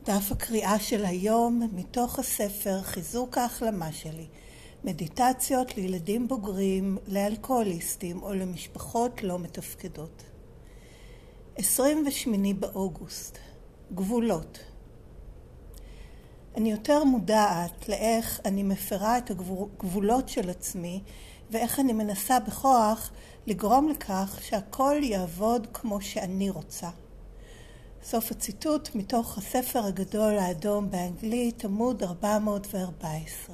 דף הקריאה של היום מתוך הספר חיזוק ההחלמה שלי, מדיטציות לילדים בוגרים, לאלכוהוליסטים או למשפחות לא מתפקדות. 28 באוגוסט, גבולות. אני יותר מודעת לאיך אני מפרה את הגבולות של עצמי ואיך אני מנסה בכוח לגרום לכך שהכל יעבוד כמו שאני רוצה. סוף הציטוט מתוך הספר הגדול האדום באנגלית, עמוד 414.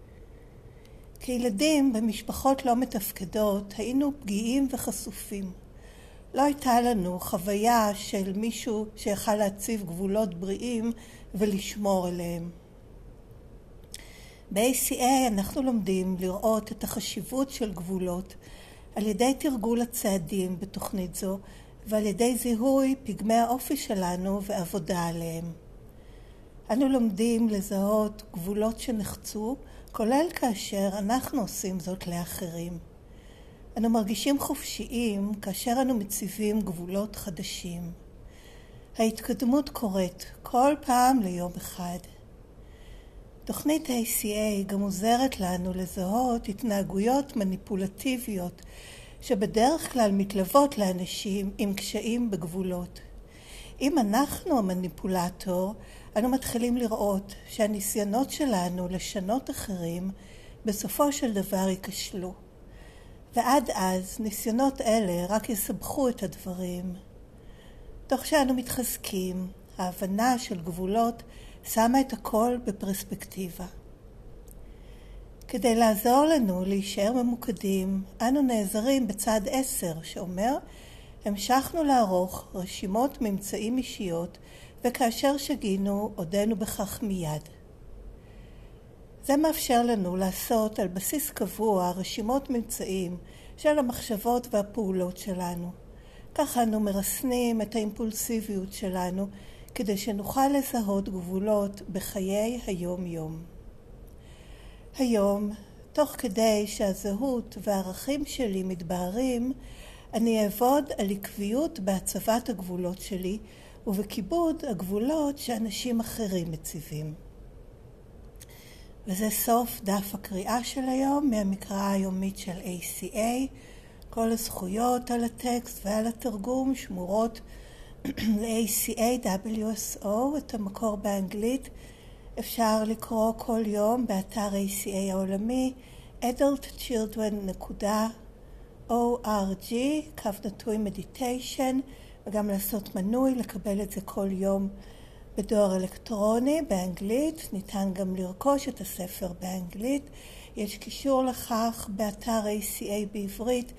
כילדים במשפחות לא מתפקדות היינו פגיעים וחשופים. לא הייתה לנו חוויה של מישהו שיכל להציב גבולות בריאים ולשמור עליהם. ב-ACA אנחנו לומדים לראות את החשיבות של גבולות על ידי תרגול הצעדים בתוכנית זו, ועל ידי זיהוי פגמי האופי שלנו ועבודה עליהם. אנו לומדים לזהות גבולות שנחצו, כולל כאשר אנחנו עושים זאת לאחרים. אנו מרגישים חופשיים כאשר אנו מציבים גבולות חדשים. ההתקדמות קורית כל פעם ליום אחד. תוכנית ACA גם עוזרת לנו לזהות התנהגויות מניפולטיביות שבדרך כלל מתלוות לאנשים עם קשיים בגבולות. אם אנחנו המניפולטור, אנו מתחילים לראות שהניסיונות שלנו לשנות אחרים בסופו של דבר ייכשלו. ועד אז ניסיונות אלה רק יסבכו את הדברים. תוך שאנו מתחזקים, ההבנה של גבולות שמה את הכל בפרספקטיבה. כדי לעזור לנו להישאר ממוקדים, אנו נעזרים בצד 10 שאומר, המשכנו לערוך רשימות ממצאים אישיות וכאשר שגינו עודנו בכך מיד. זה מאפשר לנו לעשות על בסיס קבוע רשימות ממצאים של המחשבות והפעולות שלנו. ככה אנו מרסנים את האימפולסיביות שלנו כדי שנוכל לזהות גבולות בחיי היום-יום. היום, תוך כדי שהזהות והערכים שלי מתבהרים, אני אעבוד על עקביות בהצבת הגבולות שלי ובכיבוד הגבולות שאנשים אחרים מציבים. וזה סוף דף הקריאה של היום מהמקרא היומית של ACA. כל הזכויות על הטקסט ועל התרגום שמורות ל-ACA WSO, את המקור באנגלית. אפשר לקרוא כל יום באתר ACA העולמי adultchildren.org/meditation, וגם לעשות מנוי, לקבל את זה כל יום בדואר אלקטרוני באנגלית. ניתן גם לרכוש את הספר באנגלית. יש קישור לכך באתר ACA בעברית,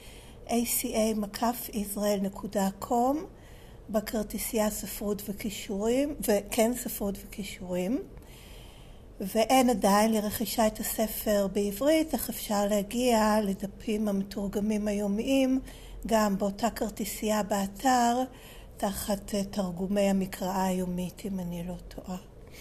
aca-israel.com, בכרטיסייה ספרות וכישורים, וכן ספרות וכישורים. ואין עדיין לרכישה את הספר בעברית, איך אפשר להגיע לדפים המתורגמים היומיים, גם באותה כרטיסייה באתר, תחת תרגומי המקראה היומית, אם אני לא טועה.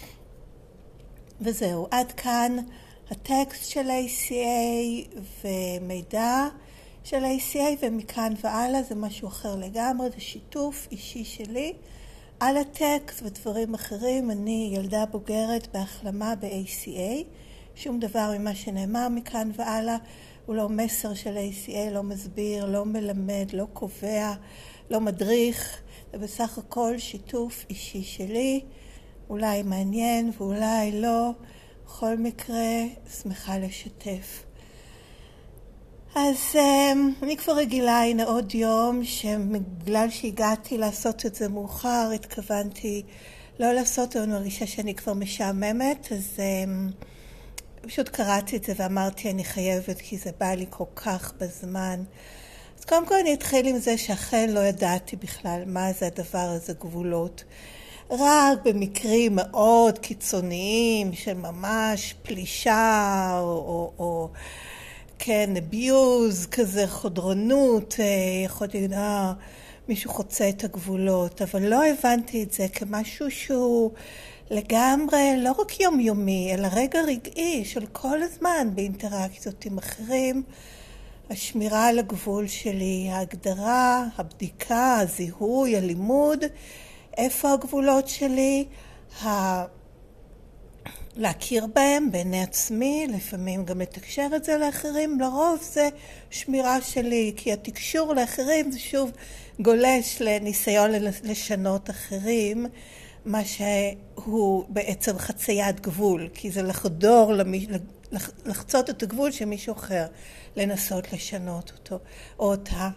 וזהו, עד כאן הטקסט של ACA ומידע של ACA, ומכאן והלאה זה משהו אחר לגמרי, זה שיתוף אישי שלי על הטקסט ודברים אחרים. אני ילדה בוגרת בהחלמה ב-ACA. שום דבר ממה שנאמר מכאן והלאה הוא לא מסר של ACA, לא מסביר, לא מלמד, לא קובע, לא מדריך. זה בסך הכל שיתוף אישי שלי, אולי מעניין ואולי לא. בכל מקרה, שמחה לשתף. אז אני כבר רגילה, הנה עוד יום, שבגלל שהגעתי לעשות את זה מאוחר, התכוונתי לא לעשות, אבל אני מרגישה שאני כבר משעממת, אז פשוט קראתי את זה ואמרתי אני חייבת, כי זה בא לי כל כך בזמן. אז קודם כל אני אתחיל עם זה שאכן לא ידעתי בכלל מה זה הדבר הזה, גבולות. רק במקרים מאוד קיצוניים של ממש פלישה או כן, אביוז, כזה חודרנות, יכולתי להגיד, מישהו חוצה את הגבולות, אבל לא הבנתי את זה כמשהו שהוא לגמרי לא רק יומיומי, אלא רגע רגעי של כל הזמן באינטראקציות עם אחרים. השמירה על הגבול שלי, ההגדרה, הבדיקה, הזיהוי, הלימוד, איפה הגבולות שלי, להכיר בהם בעיני עצמי, לפעמים גם לתקשר את זה לאחרים, לרוב זה שמירה שלי, כי התקשור לאחרים זה שוב גולש לניסיון לשנות אחרים, מה שהוא בעצם חציית גבול, כי זה לחצות את הגבול של מישהו אחר, לנסות לשנות אותו או אותה.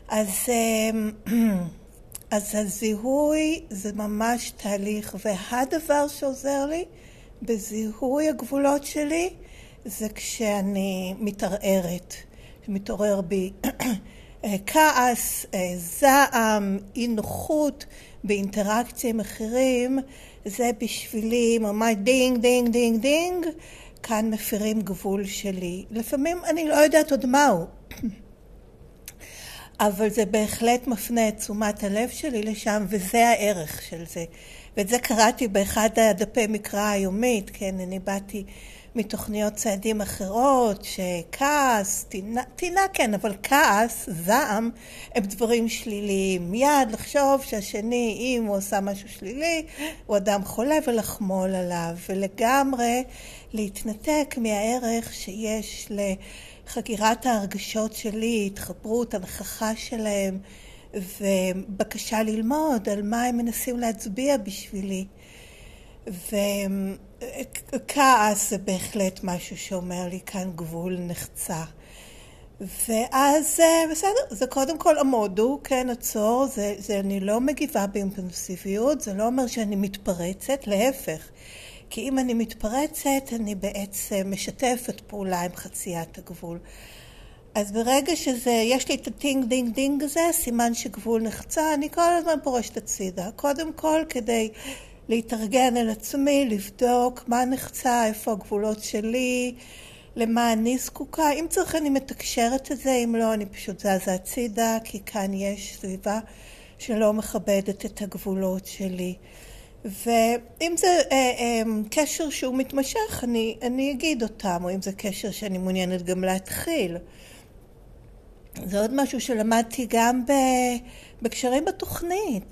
אז הזיהוי זה ממש תהליך, והדבר שעוזר לי בזיהוי הגבולות שלי זה כשאני מתערערת, שמתעורר בי כעס, זעם, אי נוחות באינטראקציה עם אחרים, זה בשבילי ממש דינג דינג דינג דינג, כאן מפירים גבול שלי. לפעמים אני לא יודעת עוד מהו, אבל זה בהחלט מפנה את תשומת הלב שלי לשם, וזה הערך של זה. ואת זה קראתי באחד הדפי מקרא היומית, כן, אני באתי מתוכניות צעדים אחרות, שכעס, טינה כן, אבל כעס, זעם, הם דברים שליליים. מיד לחשוב שהשני, אם הוא עושה משהו שלילי, הוא אדם חולה ולחמול עליו, ולגמרי להתנתק מהערך שיש לחגירת ההרגשות שלי, התחברות, הנכחה שלהם, ובקשה ללמוד על מה הם מנסים להצביע בשבילי. וכעס זה בהחלט משהו שאומר לי כאן גבול נחצה. ואז בסדר, זה קודם כל עמודו, כן, עצור, זה אני לא מגיבה באימפולסיביות, זה לא אומר שאני מתפרצת, להפך. כי אם אני מתפרצת, אני בעצם משתפת פעולה עם חציית הגבול. אז ברגע יש לי את הטינג דינג דינג הזה, סימן שגבול נחצה, אני כל הזמן פורשת הצידה. קודם כל כדי להתארגן על עצמי, לבדוק מה נחצה, איפה הגבולות שלי, למה אני זקוקה. אם צריך אני מתקשרת את זה, אם לא אני פשוט זזה הצידה, כי כאן יש סביבה שלא מכבדת את הגבולות שלי. ואם זה קשר שהוא מתמשך, אני אגיד אותם, או אם זה קשר שאני מעוניינת גם להתחיל. זה עוד משהו שלמדתי גם בקשרים בתוכנית,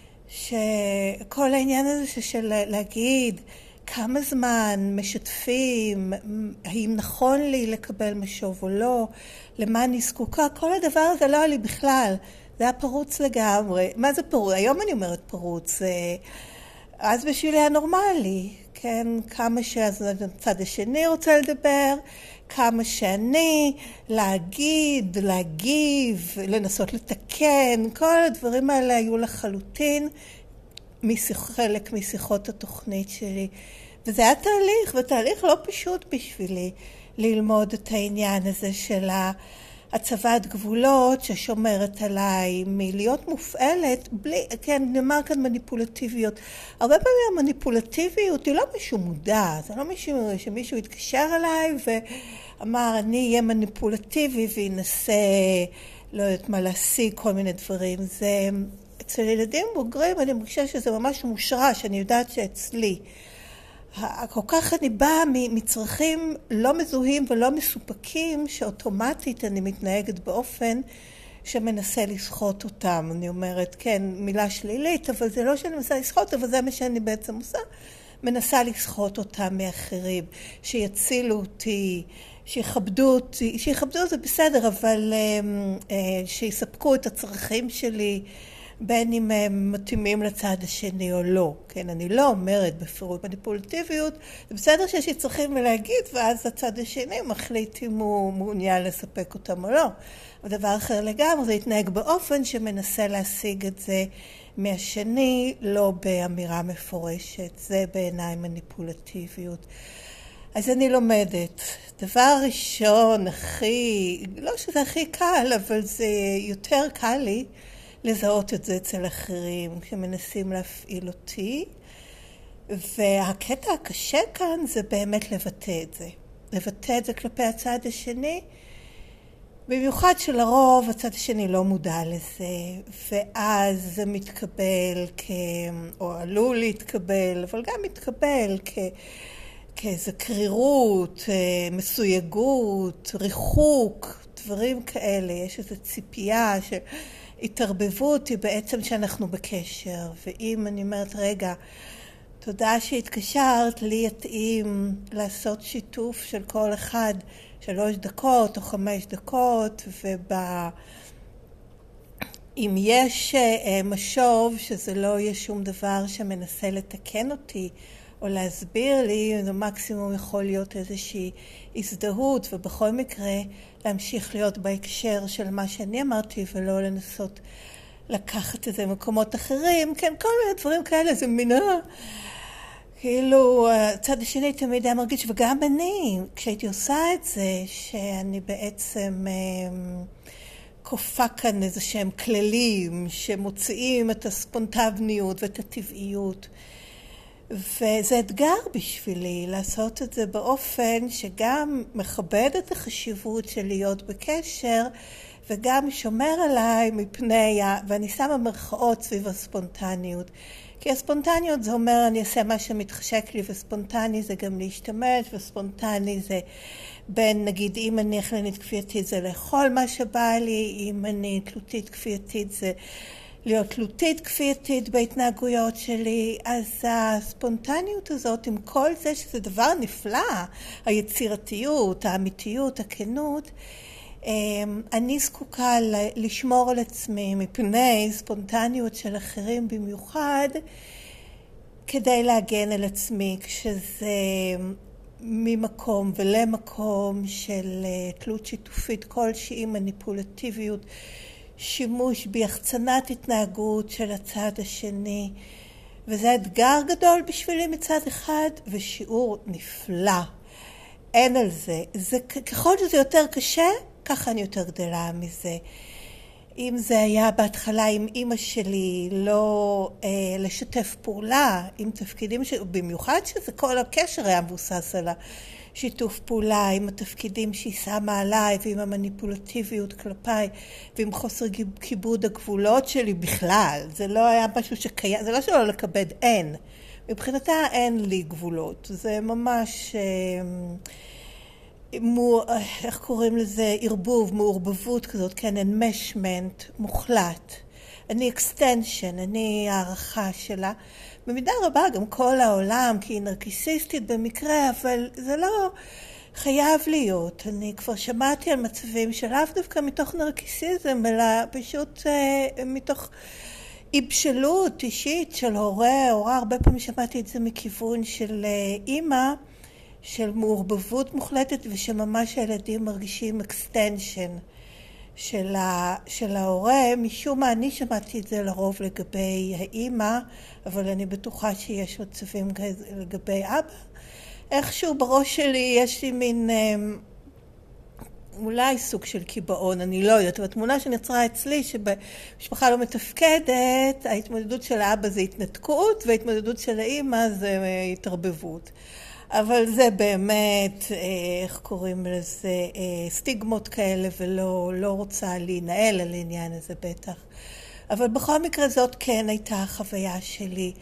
שכל העניין הזה של להגיד כמה זמן משתפים, האם נכון לי לקבל משוב או לא, למה אני זקוקה, כל הדבר הזה לא היה לי בכלל, זה היה פרוץ לגמרי. מה זה פרוץ? היום אני אומרת פרוץ, אז בשבילי היה נורמלי, כן, כמה שהצד השני רוצה לדבר, כמה שאני, להגיד, להגיב, לנסות לתקן, כל הדברים האלה היו לחלוטין חלק משיחות התוכנית שלי. וזה היה תהליך, ותהליך לא פשוט בשבילי ללמוד את העניין הזה של הצבת גבולות ששומרת עליי מלהיות מופעלת, כן, נאמר כאן מניפולטיביות. הרבה פעמים המניפולטיביות היא לא משהו מודע, זה לא שמישהו התקשר אליי ואמר אני אהיה מניפולטיבי וינסה, לא יודעת מה, להשיג כל מיני דברים. זה, אצל ילדים בוגרים אני מרגישה שזה ממש מושרש, אני יודעת שאצלי. כל כך אני באה מצרכים לא מזוהים ולא מסופקים, שאוטומטית אני מתנהגת באופן שמנסה לסחוט אותם. אני אומרת, כן, מילה שלילית, אבל זה לא שאני מנסה לסחוט, אבל זה מה שאני בעצם עושה. מנסה לסחוט אותם מאחרים, שיצילו אותי, שיכבדו אותי, שיכבדו זה בסדר, אבל שיספקו את הצרכים שלי, בין אם הם מתאימים לצד השני או לא. כן, אני לא אומרת בפירוט מניפולטיביות, זה בסדר שיש לי צריכים להגיד, ואז הצד השני מחליט אם הוא מעוניין לספק אותם או לא. ודבר אחר לגמרי, זה יתנהג באופן שמנסה להשיג את זה מהשני, לא באמירה מפורשת. זה בעיניי מניפולטיביות. אז אני לומדת. דבר ראשון, לא שזה הכי קל, אבל זה יותר קל לי, לזהות את זה אצל אחרים כשמנסים להפעיל אותי. והקטע הקשה כאן זה באמת לבטא את זה. לבטא את זה כלפי הצד השני, במיוחד שלרוב הצד השני לא מודע לזה, ואז זה מתקבל או עלול להתקבל, אבל גם מתקבל כאיזו קרירות, מסויגות, ריחוק, דברים כאלה. יש איזו ציפייה התערבבות היא בעצם שאנחנו בקשר, ואם אני אומרת רגע, תודה שהתקשרת, לי יתאים לעשות שיתוף של כל אחד 3 דקות או 5 דקות, אם יש משוב שזה לא יהיה שום דבר שמנסה לתקן אותי או להסביר לי, זה מקסימום יכול להיות איזושהי הזדהות, ובכל מקרה להמשיך להיות בהקשר של מה שאני אמרתי ולא לנסות לקחת את זה במקומות אחרים. כן, כל מיני דברים כאלה, זה מינה. כאילו, הצד השני תמיד היה מרגיש, וגם אני, כשהייתי עושה את זה, שאני בעצם כופה כאן איזה שהם כללים שמוציאים את הספונטבניות ואת הטבעיות. וזה אתגר בשבילי לעשות את זה באופן שגם מכבד את החשיבות של להיות בקשר, וגם שומר עליי מפני, ואני שמה מרכאות סביב הספונטניות. כי הספונטניות זה אומר אני אעשה מה שמתחשק לי, וספונטני זה גם להשתמש, וספונטני זה בין, נגיד, אם אני אכלנית כפייתית זה לאכול מה שבא לי, אם אני תלותית כפייתית זה להיות תלותית כפייתית בהתנהגויות שלי. אז הספונטניות הזאת, עם כל זה שזה דבר נפלא, היצירתיות, האמיתיות, הכנות, אני זקוקה לשמור על עצמי מפני ספונטניות של אחרים במיוחד, כדי להגן על עצמי כשזה ממקום ולמקום של תלות שיתופית כלשהי, מניפולטיביות, שימוש ביחצנת התנהגות של הצד השני. וזה אתגר גדול בשבילי מצד אחד, ושיעור נפלא. אין על זה. ככל שזה יותר קשה, ככה אני יותר גדלה מזה. אם זה היה בהתחלה עם אמא שלי, לא לשתף פעולה עם תפקידים, במיוחד שזה כל הקשר היה מבוסס על השיתוף פעולה, עם התפקידים שהיא שמה עליי, ועם המניפולטיביות כלפיי, ועם חוסר כיבוד הגבולות שלי בכלל. זה לא היה משהו שקיים, זה לא שלא לכבד, אין. מבחינתה אין לי גבולות. זה ממש איך קוראים לזה? ערבוב, מעורבבות כזאת, כן, enmeshment מוחלט. אני extension, אני הערכה שלה. במידה רבה גם כל העולם, כי היא נרקיסיסטית במקרה, אבל זה לא חייב להיות. אני כבר שמעתי על מצבים שלאו דווקא מתוך נרקיסיזם, אלא פשוט מתוך איבשלות אישית של הורה. הרבה פעמים שמעתי את זה מכיוון של אימא, של מעורבבות מוחלטת, ושממש הילדים מרגישים extension של ההורה. משום מה אני שמעתי את זה לרוב לגבי האימא, אבל אני בטוחה שיש מצבים לגבי אבא. איכשהו בראש שלי יש לי מין אולי סוג של קיבעון, אני לא יודעת, אבל תמונה שנצרה אצלי שבמשפחה לא מתפקדת, ההתמודדות של האבא זה התנתקות, וההתמודדות של האימא זה התערבבות. אבל זה באמת, איך קוראים לזה, סטיגמות כאלה, ולא רוצה להינעל על העניין הזה בטח. אבל בכל מקרה זאת כן הייתה החוויה שלי.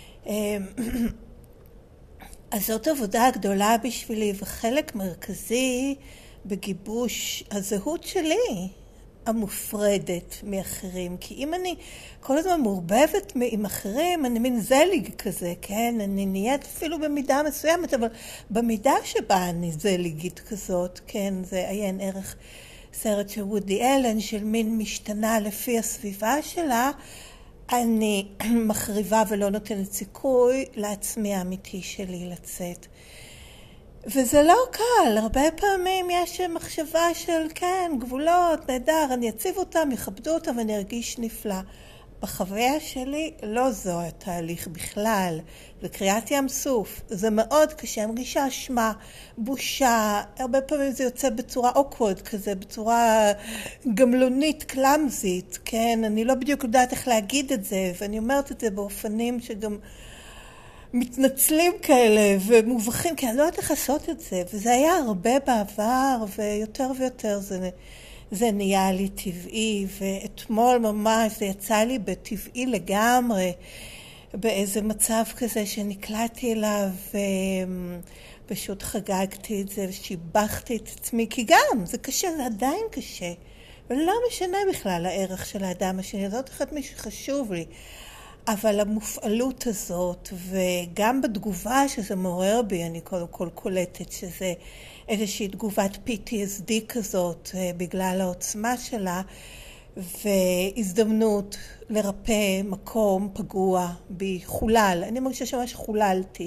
אז זאת עבודה גדולה בשבילי, וחלק מרכזי בגיבוש הזהות שלי, המופרדת מאחרים. כי אם אני כל הזמן מעורבבת עם אחרים, אני מין זליג כזה, כן? אני נהיית אפילו במידה מסוימת, אבל במידה שבה אני זליגית כזאת, כן? זה עיין ערך סרט של וודי אלן, של מין משתנה לפי הסביבה שלה, אני מחריבה ולא נותנת סיכוי לעצמי האמיתי שלי לצאת. וזה לא קל, הרבה פעמים יש מחשבה של כן, גבולות, נהדר, אני אציב אותם, יכבדו אותם ואני ארגיש נפלא. בחוויה שלי לא זו התהליך בכלל, זה קריאת ים סוף, זה מאוד קשה, מרגישה אשמה, בושה, הרבה פעמים זה יוצא בצורה awkward כזה, בצורה גמלונית, קלאמזית, כן, אני לא בדיוק יודעת איך להגיד את זה, ואני אומרת את זה באופנים שגם מתנצלים כאלה ומובכים, כי אני לא יודעת איך לעשות את זה, וזה היה הרבה בעבר, ויותר ויותר זה נהיה לי טבעי, ואתמול ממש זה יצא לי בטבעי לגמרי, באיזה מצב כזה שנקלעתי אליו, ופשוט חגגתי את זה, ושיבחתי את עצמי, כי גם זה קשה, זה עדיין קשה, ולא משנה בכלל הערך של האדם השני, זאת אחת מי שחשוב לי. אבל המופעלות הזאת, וגם בתגובה שזה מעורר בי, אני קודם כל קולטת שזה איזושהי תגובת PTSD כזאת, בגלל העוצמה שלה, והזדמנות לרפא מקום פגוע בי, חולל. אני מרגישה שממש חוללתי.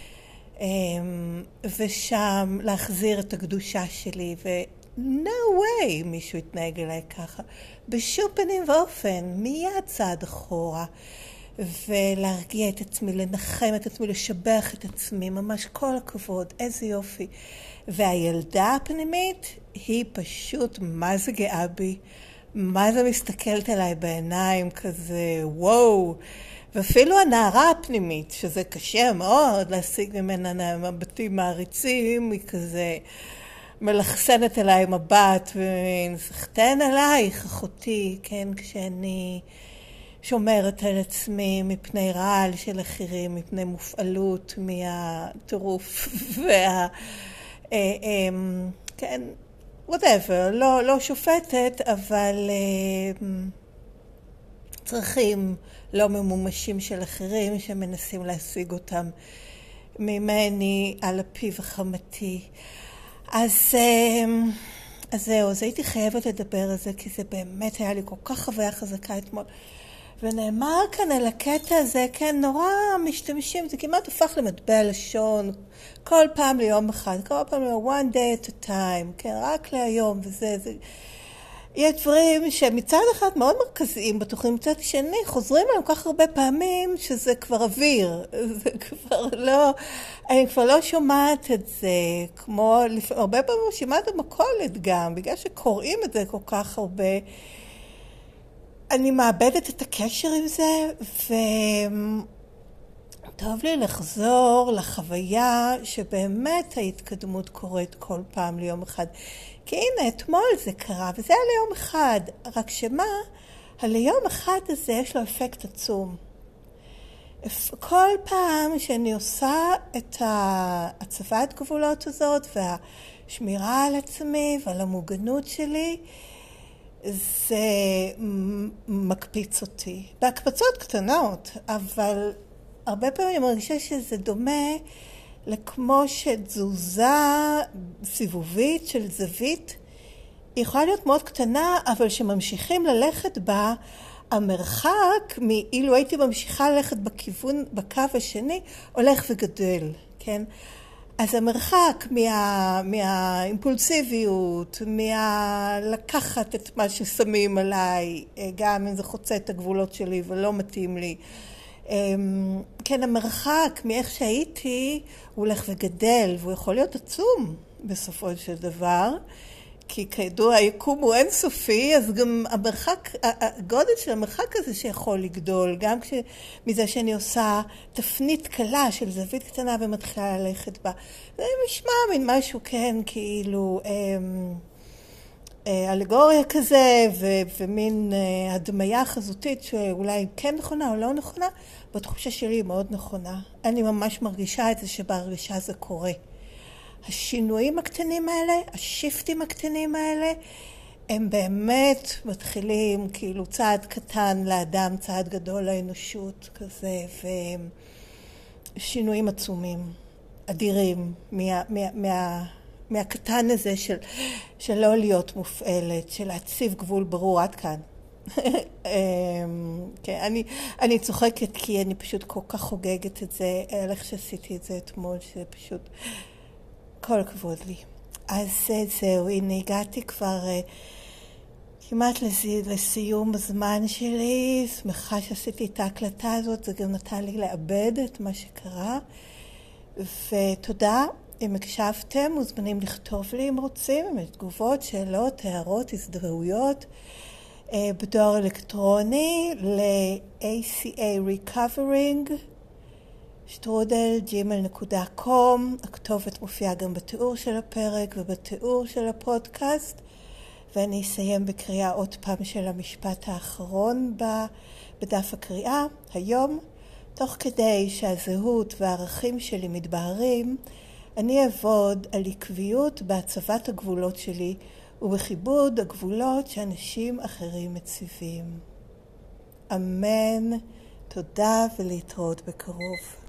ושם להחזיר את הקדושה שלי, no way מישהו יתנהג אליי ככה. בשום פנים ואופן, מיד צעד אחורה. ולהרגיע את עצמי, לנחם את עצמי, לשבח את עצמי, ממש כל הכבוד, איזה יופי. והילדה הפנימית היא פשוט מה זה גאה בי, מה זה מסתכלת עליי בעיניים כזה, וואו. ואפילו הנערה הפנימית, שזה קשה מאוד להשיג ממנה מבטים מעריצים, היא כזה מלחסנת אליי מבט, ונסחתן עלייך אחותי, כן, כשאני שומרת על עצמי מפני רעל של אחרים, מפני מופעלות, מהטירוף כן, whatever, לא שופטת, אבל צרכים לא ממומשים של אחרים שמנסים להשיג אותם ממני על אפי וחמתי. אז זהו, אז הייתי חייבת לדבר על זה, כי זה באמת היה לי כל כך חוויה חזקה אתמול. ונאמר כאן על הקטע הזה, כן, נורא משתמשים, זה כמעט הופך למטבע לשון, כל פעם ליום אחד, כל פעם ליום, one day at a time, כן, רק להיום, וזה, יש דברים שמצד אחד מאוד מרכזיים בתוכנית, מצד שני חוזרים עליהם כל כך הרבה פעמים שזה כבר אוויר, זה כבר לא, אני כבר לא שומעת את זה, כמו הרבה פעמים שומעת במקולת גם, בגלל שקוראים את זה כל כך הרבה, אני מאבדת את הקשר עם זה, וטוב לי לחזור לחוויה שבאמת ההתקדמות קורית כל פעם ליום אחד. כי הנה, אתמול זה קרה, וזה היה ליום אחד. רק שמה, הליום אחד הזה יש לו אפקט עצום. כל פעם שאני עושה את הצבת גבולות הזאת, והשמירה על עצמי ועל המוגנות שלי, זה מקפיץ אותי. בהקפצות קטנות, אבל הרבה פעמים אני מרגישה שזה דומה לכמו שתזוזה סיבובית של זווית, היא יכולה להיות מאוד קטנה, אבל שממשיכים ללכת בה, המרחק, אילו הייתי ממשיכה ללכת בכיוון, בקו השני, הולך וגדל, כן? אז המרחק מהאימפולסיביות, לקחת את מה ששמים עליי, גם אם זה חוצה את הגבולות שלי ולא מתאים לי, כן, המרחק מאיך שהייתי הוא הולך וגדל, והוא יכול להיות עצום בסופו של דבר, כי כידוע היקום הוא אינסופי, אז גם הגודל של המרחק הזה שיכול לגדול, גם מזה שאני עושה תפנית קלה של זווית קטנה ומתחילה ללכת בה. זה משמע מן משהו, כן, כאילו אלגוריה כזה, ומין הדמיה חזותית שאולי כן נכונה או לא נכונה, בתחושה שלי היא מאוד נכונה. אני ממש מרגישה את זה שבהרגישה זה קורה. השינויים הקטנים האלה, השיפטים הקטנים האלה, הם באמת מתחילים כאילו צעד קטן לאדם, צעד גדול לאנושות כזה, ושינויים עצומים, אדירים, מהקטן הזה של לא להיות מופעלת, של להציב גבול ברור עד כאן. כן, אני צוחקת כי אני פשוט כל כך חוגגת את זה, איך שעשיתי את זה אתמול, שזה פשוט כל הכבוד לי. אז זהו, הנה הגעתי כבר כמעט לסיום הזמן שלי, שמחה שעשיתי את ההקלטה הזאת, זה גם נתן לי לאבד את מה שקרה, ותודה. אם הקשבתם, מוזמנים לכתוב לי אם רוצים, עם תגובות, שאלות, הערות, הזדהויות, בדואר אלקטרוני ל-ACA Recovering @gmail.com. הכתובת מופיעה גם בתיאור של הפרק ובתיאור של הפודקאסט, ואני אסיים בקריאה עוד פעם של המשפט האחרון בדף הקריאה. היום, תוך כדי שהזהות והערכים שלי מתבהרים, אני אעבוד על עקביות בהצבת הגבולות שלי ובכיבוד הגבולות שאנשים אחרים מציבים. אמן תודה ולהתראות בקרוב.